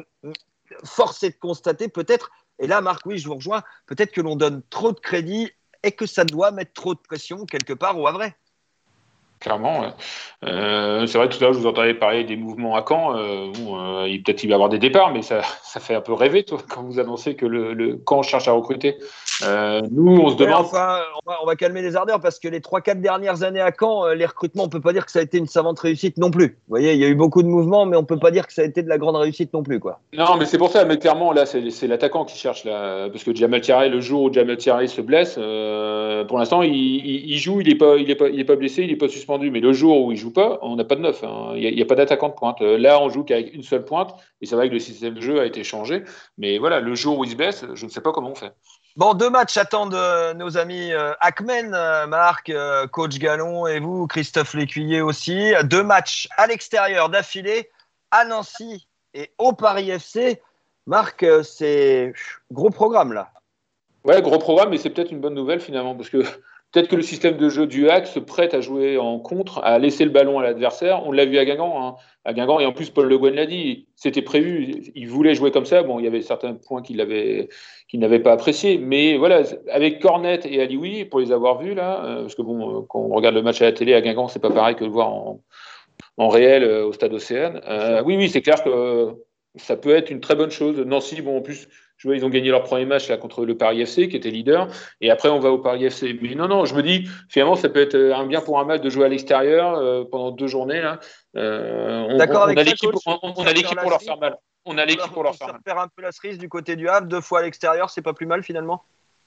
force est de constater peut-être, et là Marc, oui, je vous rejoins, peut-être que l'on donne trop de crédit et que ça doit mettre trop de pression quelque part au Havre. Clairement, ouais. euh, c'est vrai que tout à l'heure je vous entendais parler des mouvements à Caen. Euh, bon, euh, il, peut-être il va y avoir des départs, mais ça, ça fait un peu rêver, toi, quand vous annoncez que le, le Caen cherche à recruter. Euh, nous, on se demande. Ouais, enfin, on va, on va calmer les ardeurs parce que les trois quatre dernières années à Caen, les recrutements, on peut pas dire que ça a été une savante réussite non plus. Vous voyez, il y a eu beaucoup de mouvements, mais on peut pas dire que ça a été de la grande réussite non plus, quoi. Non, mais c'est pour ça, mais clairement, là, c'est, c'est l'attaquant qui cherche, là, parce que Djamel Thiaré, le jour où Djamel Thiaré se blesse, euh, pour l'instant, il, il, il joue, il est pas, il est pas, il est pas blessé, il est pas suspendu, mais le jour où il joue pas, on n'a pas de neuf, hein. Il y a, il y a pas d'attaquant de pointe. Là, on joue qu'avec une seule pointe, et c'est vrai que le système de jeu a été changé, mais voilà, le jour où il se blesse, je ne sais pas comment on fait. Bon, deux matchs attendent euh, nos amis euh, Hackmen, euh, Marc, euh, coach Gallon et vous, Christophe Lécuyer aussi. Deux matchs à l'extérieur d'affilée, à Nancy et au Paris F C. Marc, euh, c'est gros programme là. Ouais, gros programme, mais c'est peut-être une bonne nouvelle finalement, parce que peut-être que le système de jeu du Hack se prête à jouer en contre, à laisser le ballon à l'adversaire. On l'a vu à Guingamp, hein. À Guingamp, et en plus Paul Le Guen l'a dit, c'était prévu, il voulait jouer comme ça. Bon, il y avait certains points qu'il avait, qu'il n'avait pas appréciés, mais voilà, avec Cornet et Alioui, pour les avoir vus là, euh, parce que bon, quand on regarde le match à la télé à Guingamp, c'est pas pareil que de le voir en, en réel euh, au Stade Océane. Euh, oui, oui, c'est clair que euh, ça peut être une très bonne chose. Nancy, bon, en plus. Je vois, ils ont gagné leur premier match là, contre le Paris F C, qui était leader. Et après, on va au Paris F C. Mais non, non, je me dis, finalement, ça peut être un bien pour un match de jouer à l'extérieur euh, pendant deux journées. Là. Euh, on, D'accord on, avec on a ça, l'équipe, coach, on, on a l'équipe pour leur faire mal. On a l'équipe pour, pour leur faire mal. Faire un peu la cerise du côté du Havre, deux fois à l'extérieur, c'est pas plus mal finalement.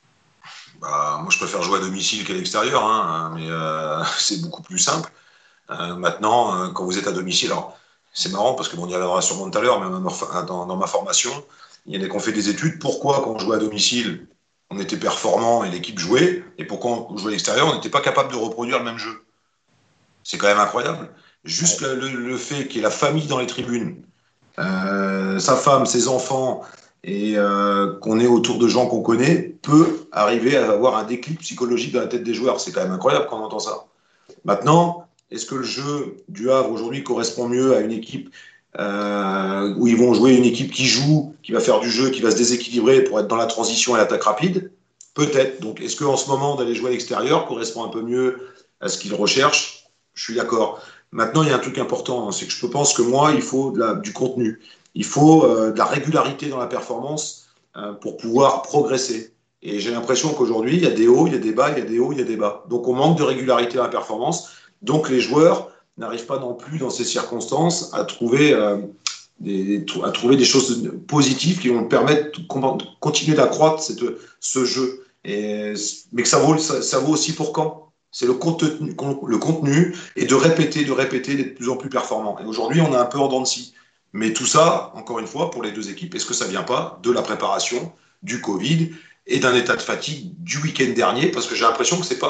Bah, moi, je préfère jouer à domicile qu'à l'extérieur, hein, mais euh, c'est beaucoup plus simple. Euh, maintenant, euh, quand vous êtes à domicile, alors c'est marrant parce que bon, on y reviendra sûrement tout à l'heure, mais dans, dans, dans ma formation, il y en a qui ont fait des études. Pourquoi, quand on jouait à domicile, on était performant et l'équipe jouait, et pourquoi on jouait à l'extérieur, on n'était pas capable de reproduire le même jeu. C'est quand même incroyable. Juste le, le, le fait qu'il y ait la famille dans les tribunes, euh, sa femme, ses enfants, et euh, qu'on est autour de gens qu'on connaît, peut arriver à avoir un déclic psychologique dans la tête des joueurs. C'est quand même incroyable quand on entend ça. Maintenant, est-ce que le jeu du Havre aujourd'hui correspond mieux à une équipe euh, où ils vont jouer une équipe qui joue, qui va faire du jeu, qui va se déséquilibrer pour être dans la transition et l'attaque rapide? Peut-être. Donc, est-ce qu'en ce moment, d'aller jouer à l'extérieur correspond un peu mieux à ce qu'ils recherchent? Je suis d'accord. Maintenant, il y a un truc important, c'est que je pense que moi, il faut de la, du contenu. Il faut euh, de la régularité dans la performance euh, pour pouvoir progresser. Et j'ai l'impression qu'aujourd'hui, il y a des hauts, il y a des bas, il y a des hauts, il y a des bas. Donc, on manque de régularité dans la performance. Donc, les joueurs n'arrivent pas non plus, dans ces circonstances, à trouver, euh, des, à trouver des choses positives qui vont permettre de continuer d'accroître cette, ce jeu. Et, mais que ça vaut, ça, ça vaut aussi pour quand? C'est le contenu, le contenu et de répéter, de répéter, d'être de plus en plus performant. Et aujourd'hui, on est un peu en dents de scie. Mais tout ça, encore une fois, pour les deux équipes, est-ce que ça ne vient pas de la préparation, du Covid et d'un état de fatigue du week-end dernier? Parce que j'ai l'impression que c'est pas,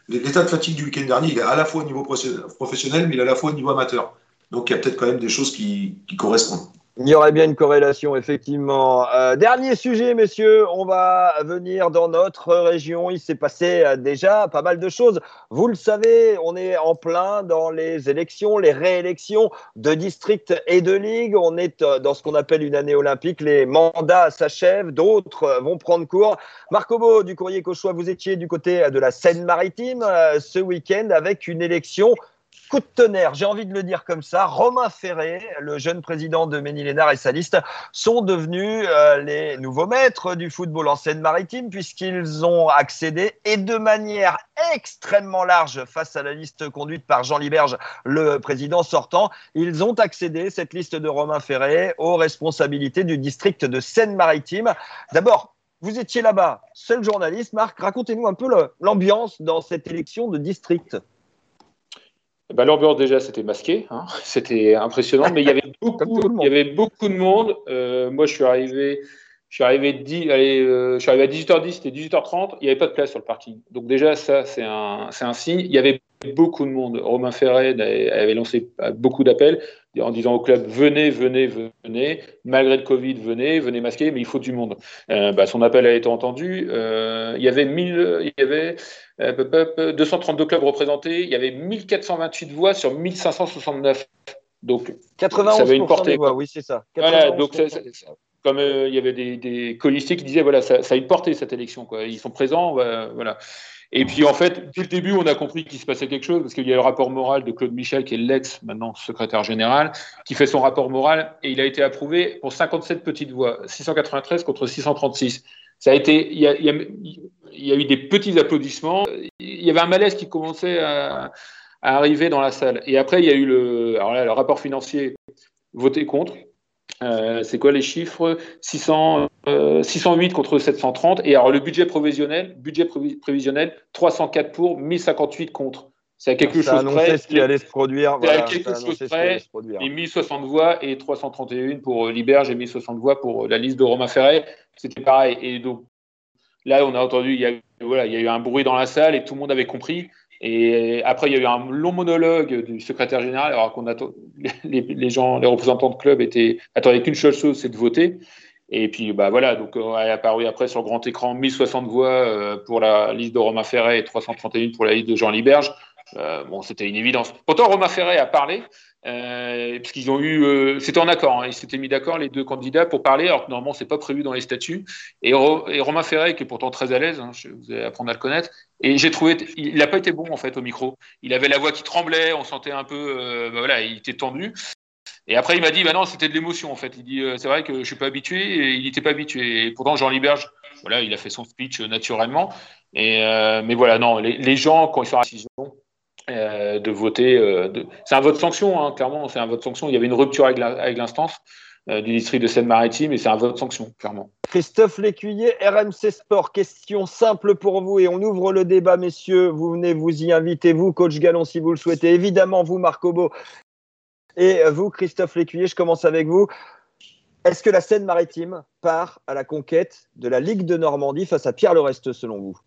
l'état de fatigue du week-end dernier, il est à la fois au niveau professionnel, mais il est à la fois au niveau amateur. Donc il y a peut-être quand même des choses qui, qui correspondent. Il y aurait bien une corrélation, effectivement. Euh, dernier sujet, messieurs, on va venir dans notre région. Il s'est passé euh, déjà pas mal de choses. Vous le savez, on est en plein dans les élections, les réélections de district et de ligue. On est euh, dans ce qu'on appelle une année olympique. Les mandats s'achèvent, d'autres euh, vont prendre cours. Marc Obo du Courrier Cauchois, vous étiez du côté de la Seine-Maritime euh, ce week-end avec une élection coup de tonnerre, j'ai envie de le dire comme ça. Romain Ferré, le jeune président de Ménil-Lénard et sa liste, sont devenus euh, les nouveaux maîtres du football en Seine-Maritime puisqu'ils ont accédé, et de manière extrêmement large face à la liste conduite par Jean Liberge, le président sortant, ils ont accédé, cette liste de Romain Ferré, aux responsabilités du district de Seine-Maritime. D'abord, vous étiez là-bas, seul journaliste. Marc, racontez-nous un peu le, l'ambiance dans cette élection de district. Ben, l'ambiance déjà c'était masqué, hein. C'était impressionnant, mais il y avait beaucoup, il y avait beaucoup de monde. Euh, moi je suis arrivé, je suis arrivé, dix, allez, euh, je suis arrivé à dix-huit heures dix, c'était dix-huit heures trente, il n'y avait pas de place sur le parking. Donc déjà ça c'est un, c'est un signe. Il y avait beaucoup de monde. Romain Ferré avait lancé beaucoup d'appels en disant au club venez, venez, venez, malgré le Covid, venez, venez masquer, mais il faut du monde. Euh, bah, son appel a été entendu. Euh, il y avait mille, il y avait euh, deux cent trente-deux clubs représentés. Il y avait mille quatre cent vingt-huit voix sur mille cinq cent soixante-neuf. Donc quatre-vingt-onze pour cent ça avait une portée. Des voix, oui c'est ça. Voilà, donc ça, ça, ça, comme euh, il y avait des, des colistiers qui disaient voilà ça, ça a une portée cette élection quoi. Ils sont présents, euh, voilà. Et puis en fait, dès le début, on a compris qu'il se passait quelque chose parce qu'il y a le rapport moral de Claude Michel, qui est l'ex maintenant secrétaire général, qui fait son rapport moral et il a été approuvé pour cinquante-sept petites voix, six cent quatre-vingt-treize contre six cent trente-six. Ça a été, il y a, il y a, il y a eu des petits applaudissements. Il y avait un malaise qui commençait à, à arriver dans la salle. Et après, il y a eu le, alors là, le rapport financier voté contre. Euh, c'est quoi les chiffres? six cents, euh, six cent huit contre sept cent trente. Et alors le budget prévisionnel, budget prévisionnel, trois cent quatre pour, mille cinquante-huit contre. C'est à quelque ça chose près. C'est ce qui allait se produire. C'est voilà, à quelque chose près. Et mille soixante voix et trois cent trente et un pour Liberge et mille soixante voix pour la liste de Romain Ferré. C'était pareil. Et donc là, on a entendu, il y a, voilà, il y a eu un bruit dans la salle et tout le monde avait compris. Et après, il y a eu un long monologue du secrétaire général, alors qu'on attend, les, les gens, les représentants de club étaient attendaient qu'une seule chose, c'est de voter. Et puis, bah voilà, donc on est apparu après sur le grand écran mille soixante voix pour la liste de Romain Ferré et trois cent trente et un pour la liste de Jean Liberge. Euh, bon, c'était une évidence. Pourtant, Romain Ferré a parlé, euh, parce qu'ils ont eu, euh, c'était en accord, hein, ils s'étaient mis d'accord les deux candidats pour parler, alors que normalement c'est pas prévu dans les statuts. Et, Ro- et Romain Ferré, qui est pourtant très à l'aise, hein, je, vous allez apprendre à le connaître. Et j'ai trouvé, il n'a pas été bon en fait au micro. Il avait la voix qui tremblait, on sentait un peu, euh, bah, voilà, il était tendu. Et après il m'a dit, bah non, c'était de l'émotion en fait. Il dit, euh, c'est vrai que je suis pas habitué, et il n'était pas habitué. Et pourtant Jean Liberge, voilà, il a fait son speech euh, naturellement. Et euh, mais voilà, non, les, les gens quand ils sont à la décision. Euh, de voter. Euh, de... C'est un vote sanction, hein, clairement, c'est un vote sanction. Il y avait une rupture avec, la, avec l'instance euh, du district de Seine-Maritime et c'est un vote sanction, clairement. Christophe Lécuyer, R M C Sport, question simple pour vous et on ouvre le débat, messieurs. Vous venez vous y inviter, vous, coach Gallon, si vous le souhaitez. Évidemment, vous, Marc Obo. Et vous, Christophe Lécuyer, je commence avec vous. Est-ce que la Seine-Maritime part à la conquête de la Ligue de Normandie face à Pierre Lereste, selon vous?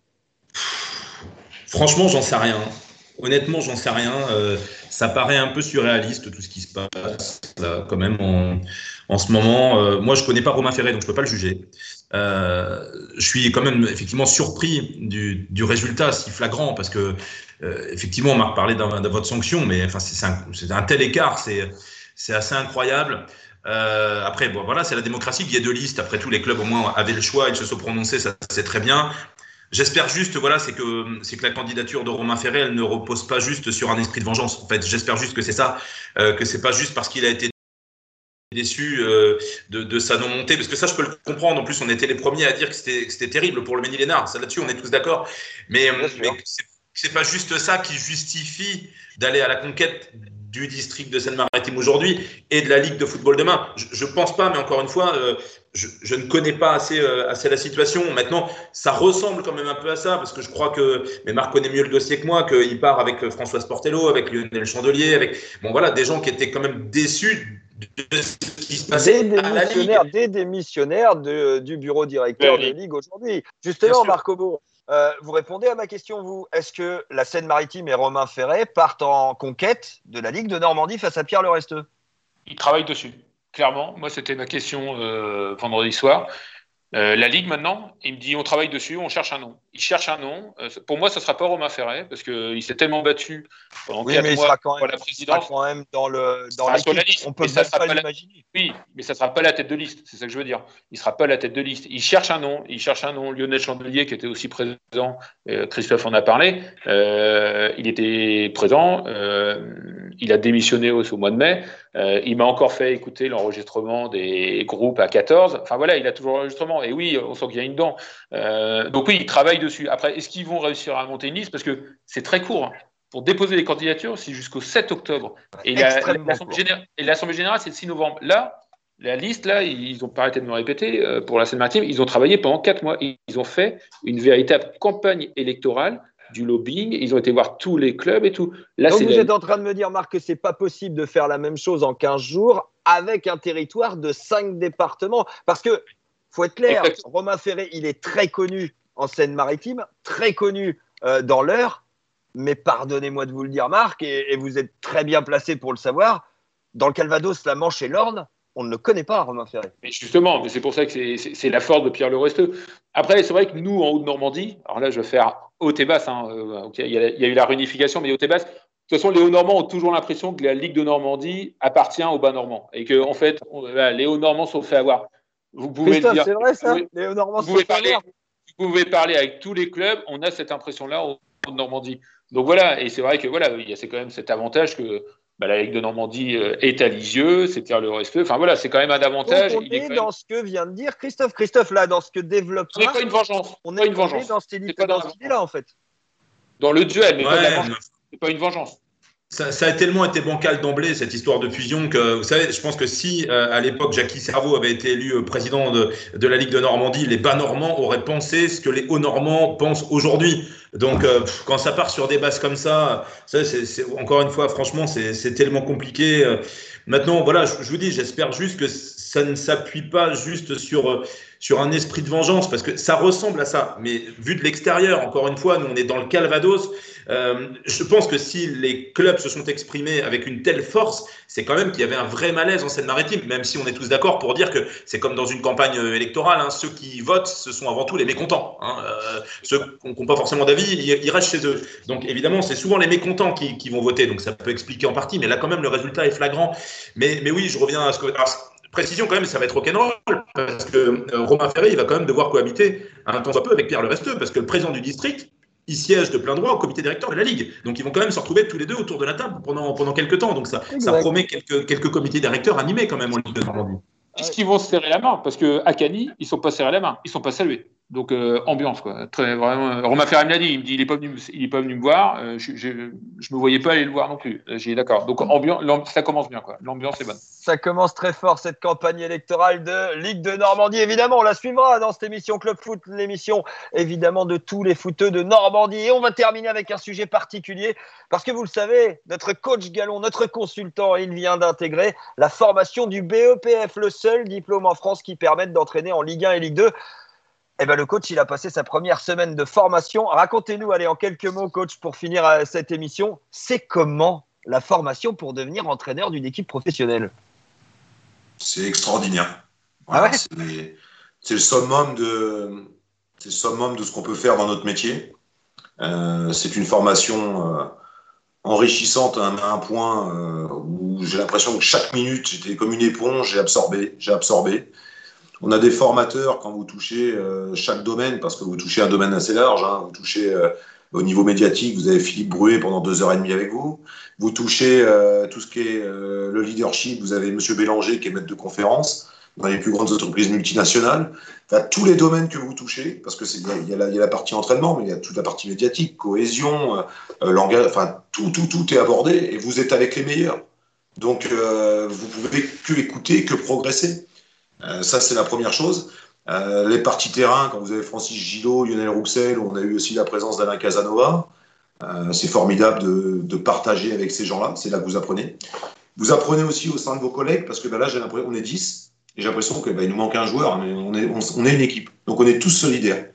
Franchement, j'en sais rien. Honnêtement, j'en sais rien. Euh, ça paraît un peu surréaliste tout ce qui se passe là, quand même en, en ce moment. Euh, moi, je connais pas Romain Ferré, donc je peux pas le juger. Euh, je suis quand même effectivement surpris du, du résultat si flagrant parce que euh, effectivement, on m'a reparlé d'un, d'un vote sanction, mais enfin c'est, c'est, un, c'est un tel écart, c'est, c'est assez incroyable. Euh, après, bon, voilà, c'est la démocratie. Il y a deux listes. Après, tous les clubs au moins avaient le choix, ils se sont prononcés, ça c'est très bien. J'espère juste, voilà, c'est que c'est que la candidature de Romain Ferré, elle ne repose pas juste sur un esprit de vengeance. En fait, j'espère juste que c'est ça, euh, que c'est pas juste parce qu'il a été déçu euh, de, de sa non-montée, parce que ça, je peux le comprendre. En plus, on était les premiers à dire que c'était, que c'était terrible pour le Ménil-Lénard. Ça, là-dessus, on est tous d'accord. Mais, mais c'est, c'est pas juste ça qui justifie d'aller à la conquête du district de Seine-Maritime aujourd'hui et de la Ligue de football demain. Je, je pense pas, mais encore une fois, euh, je, je ne connais pas assez, euh, assez la situation. Maintenant, ça ressemble quand même un peu à ça, parce que je crois que, mais Marc connaît mieux le dossier que moi, qu'il part avec François Sportello, avec Lionel Chandelier, avec, bon voilà, des gens qui étaient quand même déçus de ce qui se passait des à la Ligue. Des démissionnaires de, du bureau directeur oui, de Ligue aujourd'hui. Justement, Marc Obo, Euh, vous répondez à ma question, vous. Est-ce que la Seine-Maritime et Romain Ferré partent en conquête de la Ligue de Normandie face à Pierre Le Resteux? Ils travaillent dessus, clairement. Moi, c'était ma question euh, vendredi soir. Euh, la Ligue, maintenant, il me dit on travaille dessus, on cherche un nom. Il cherche un nom. Euh, pour moi, ce ne sera pas Romain Ferré, parce qu'il s'est tellement battu pendant Oui, quatre mais il mois sera quand pour même, la il sera présidence. quand même dans le Il dans sera sur la l'équipe. liste, On peut mais ça même sera pas pas la- l'imaginer. Oui, mais ça ne sera pas la tête de liste, c'est ça que je veux dire. Il ne sera pas la tête de liste. Il cherche un nom. Il cherche un nom. Lionel Chandelier, qui était aussi présent, euh, Christophe en a parlé, euh, il était présent. Euh, il a démissionné au, au mois de mai. Euh, il m'a encore fait écouter l'enregistrement des groupes à quatorze. Enfin voilà, il a toujours l'enregistrement. Et oui, on sent qu'il y a une dent. Euh, donc oui, ils travaillent dessus. Après, est-ce qu'ils vont réussir à monter une liste? Parce que c'est très court, hein. Pour déposer les candidatures, c'est jusqu'au sept octobre. Et la- Extrêmement l'Assemblée court. générale, et l'Assemblée générale, c'est le six novembre. Là, la liste, là, ils ont pas arrêté de me répéter, euh, pour la Seine-Maritime, ils ont travaillé pendant quatre mois. Ils ont fait une véritable campagne électorale, du lobbying. Ils ont été voir tous les clubs et tout. Là, Donc c'est vous la- êtes en train de me dire, Marc, que c'est pas possible de faire la même chose en quinze jours avec un territoire de cinq départements. Parce que, faut être clair, Exact. Romain Ferré, il est très connu en Seine-Maritime, très connu euh, dans l'Eure, mais pardonnez-moi de vous le dire, Marc, et, et vous êtes très bien placé pour le savoir, dans le Calvados, la Manche et l'Orne, on ne le connaît pas, Romain Ferré. Mais justement, mais c'est pour ça que c'est- c'est c'est la force de Pierre Le Resteux. Après, c'est vrai que nous, en Haute-Normandie, alors là, je vais faire haute et basse, hein, euh, ok, il, y a, il y a eu la réunification, mais haute et basse. De toute façon, les Hauts-Normands ont toujours l'impression que la Ligue de Normandie appartient aux Bas-Normands. Et que, en fait, on- voilà, les Hauts-Normands sont fait avoir. Vous pouvez le Christophe, dire. c'est vrai Vous ça? pouvez, Les Normands vous sont pouvez fait parler, avoir. vous pouvez parler avec tous les clubs, on a cette impression-là en Normandie. Donc voilà, et c'est vrai que voilà, il y a c'est quand même cet avantage que bah, la Ligue de Normandie euh, est à Lisieux, c'est Pierre Le Resteux. Enfin voilà, c'est quand même un Donc avantage. on Il est est quand même. dans ce que vient de dire Christophe. Christophe, là, dans ce que développe Ce n'est Marc, pas une vengeance. on Pas est, une on est vengeance. dans cette, C'est pas dans dans, cette idée-là, en fait. dans le duel, mais pas de la Ouais, vengeance. C'est pas une vengeance. Ça, ça a tellement été bancal d'emblée, cette histoire de fusion, que vous savez, je pense que si euh, à l'époque Jackie Cerveau avait été élu euh, président de, de la Ligue de Normandie, les Bas-Normands auraient pensé ce que les Hauts-Normands pensent aujourd'hui. Donc euh, pff, quand ça part sur des bases comme ça, ça c'est, c'est, encore une fois, franchement, c'est, c'est tellement compliqué. Euh, Maintenant, voilà, je, je vous dis, j'espère juste que ça ne s'appuie pas juste sur, euh, sur un esprit de vengeance, parce que ça ressemble à ça. Mais vu de l'extérieur, encore une fois, nous on est dans le Calvados. Euh, je pense que si les clubs se sont exprimés avec une telle force, c'est quand même qu'il y avait un vrai malaise en Seine-Maritime, même si on est tous d'accord pour dire que c'est comme dans une campagne électorale, hein, ceux qui votent, ce sont avant tout les mécontents. Hein, euh, ceux qui n'ont pas forcément d'avis, ils, ils restent chez eux. Donc évidemment, c'est souvent les mécontents qui, qui vont voter, donc ça peut expliquer en partie, mais là quand même le résultat est flagrant. Mais, mais oui, je reviens à ce que... Alors, précision quand même, ça va être rock'n'roll, parce que euh, Romain Ferré, il va quand même devoir cohabiter un temps soit peu avec Pierre Le Resteux, parce que le président du district, il siège de plein droit au comité directeur de la Ligue. Donc ils vont quand même se retrouver tous les deux autour de la table pendant, pendant quelques temps. Donc ça, ça promet quelques, quelques comités directeurs animés quand même en Ligue de Normandie. Est-ce qu'ils vont se serrer la main? Parce qu'à Cagny, ils ne sont pas serrés la main, ils ne sont pas salués. Donc euh, ambiance, quoi. Très, vraiment, Romain Ferré me l'a dit, il me dit il n'est pas, pas venu me voir, euh, je ne me voyais pas aller le voir non plus. J'ai dit d'accord. Donc ambiance, ça commence bien, quoi. L'ambiance est bonne. Ça commence très fort, cette campagne électorale de Ligue de Normandie. Évidemment, on la suivra dans cette émission Club Foot, l'émission évidemment de tous les footeux de Normandie. Et on va terminer avec un sujet particulier, parce que vous le savez, notre coach Gallon, notre consultant, il vient d'intégrer la formation du B E P F, le seul diplôme en France qui permette d'entraîner en Ligue un et Ligue deux. Eh ben, le coach, il a passé sa première semaine de formation. Racontez-nous, allez, en quelques mots, coach, pour finir cette émission, c'est comment la formation pour devenir entraîneur d'une équipe professionnelle? C'est extraordinaire. Voilà, ah ouais c'est, c'est le summum de, c'est le summum de ce qu'on peut faire dans notre métier. Euh, c'est une formation euh, enrichissante à un, à un point euh, où j'ai l'impression que chaque minute, j'étais comme une éponge, j'ai absorbé, j'ai absorbé. On a des formateurs quand vous touchez euh, chaque domaine, parce que vous touchez un domaine assez large, hein, vous touchez euh, au niveau médiatique, vous avez Philippe Bruet pendant deux heures et demie avec vous. Vous touchez euh, tout ce qui est euh, le leadership, vous avez Monsieur Bélanger qui est maître de conférence dans les plus grandes entreprises multinationales. Enfin, tous les domaines que vous touchez, parce que c'est il y, a la, il y a la partie entraînement, mais il y a toute la partie médiatique, cohésion, euh, langage, enfin tout, tout, tout est abordé et vous êtes avec les meilleurs. Donc euh, vous pouvez que écouter, que progresser. Euh, ça, c'est la première chose. Euh, les parties terrain, quand vous avez Francis Gillot, Lionel Rouxel, on a eu aussi la présence d'Alain Casanova. Euh, c'est formidable de, de partager avec ces gens-là. C'est là que vous apprenez. Vous apprenez aussi au sein de vos collègues, parce que ben là, j'ai l'impression qu'on est dix, et j'ai l'impression qu'il ben, nous manque un joueur, mais on est, on, on est une équipe. Donc, on est tous solidaires.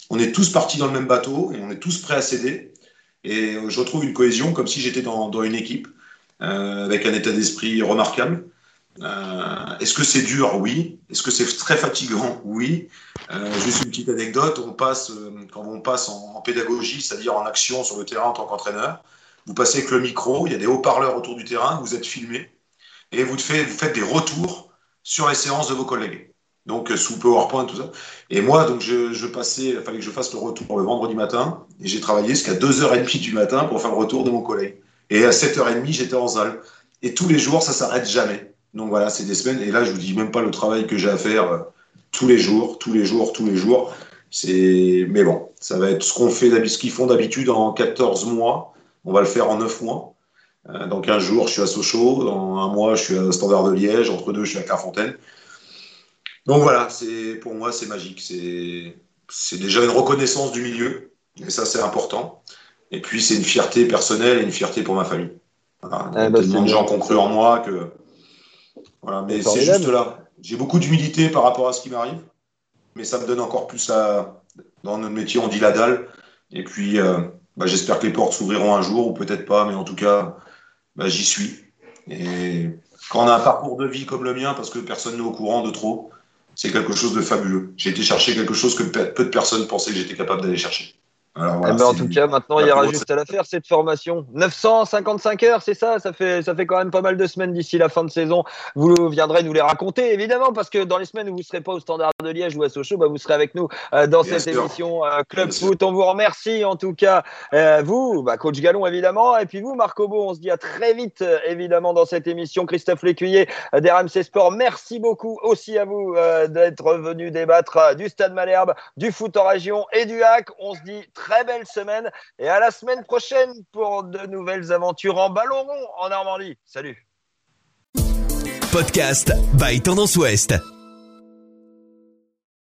on est tous partis dans le même bateau et on est tous prêts à céder. Et je retrouve une cohésion comme si j'étais dans, dans une équipe, euh, avec un état d'esprit remarquable. Euh, est-ce que c'est dur? Oui. Est-ce que c'est très fatigant? Oui. Euh, juste une petite anecdote, on passe, euh, quand on passe en, en pédagogie, c'est-à-dire en action sur le terrain en tant qu'entraîneur, vous passez avec le micro, il y a des haut-parleurs autour du terrain, vous êtes filmé, et vous faites, vous faites des retours sur les séances de vos collègues. Donc, sous PowerPoint, tout ça. Et moi, donc, je, je passais, il fallait que je fasse le retour le vendredi matin, et j'ai travaillé jusqu'à deux heures trente du matin pour faire le retour de mon collègue. Et à sept heures trente, j'étais en salle. Et tous les jours, ça s'arrête jamais. Donc voilà, c'est des semaines. Et là, je vous dis même pas le travail que j'ai à faire euh, tous les jours, tous les jours, tous les jours. C'est, mais bon, ça va être ce qu'on fait, ce qu'ils font d'habitude en quatorze mois. On va le faire en neuf mois. Euh, dans quinze jours, je suis à Sochaux. Dans un mois, je suis à Standard de Liège. Entre deux, je suis à Clairefontaine. Donc voilà, c'est, pour moi, c'est magique. C'est, c'est déjà une reconnaissance du milieu. Et ça, c'est important. Et puis, c'est une fierté personnelle et une fierté pour ma famille. Voilà. Il y a eh ben, tellement de gens qui ont cru en moi que. Voilà, mais c'est, c'est juste là. J'ai beaucoup d'humilité par rapport à ce qui m'arrive, mais ça me donne encore plus à. Dans notre métier, on dit la dalle. Et puis, euh, bah, j'espère que les portes s'ouvriront un jour, ou peut-être pas, mais en tout cas, bah, j'y suis. Et quand on a un parcours de vie comme le mien, parce que personne n'est au courant de trop, c'est quelque chose de fabuleux. J'ai été chercher quelque chose que peu de personnes pensaient que j'étais capable d'aller chercher. Alors, voilà, eh ben, en tout cas, maintenant, il y aura juste à la faire, cette formation. neuf cent cinquante-cinq heures, c'est ça, ça fait, ça fait quand même pas mal de semaines d'ici la fin de saison. Vous viendrez nous les raconter, évidemment, parce que dans les semaines où vous ne serez pas au Standard de Liège ou à Sochaux, bah, vous serez avec nous euh, dans Bien cette sûr. émission euh, Club Bien Foot. Sûr. On vous remercie, en tout cas, euh, vous, bah, Coach Gallon, évidemment, et puis vous, Marc Obo, on se dit à très vite, euh, évidemment, dans cette émission. Christophe Lécuyer euh, d'R M C Sport, merci beaucoup aussi à vous euh, d'être venu débattre euh, du Stade Malherbe, du foot en région et du H A C. On se dit très belle semaine. Et à la semaine prochaine pour de nouvelles aventures en ballon rond en Normandie. Salut. Podcast by Tendance Ouest.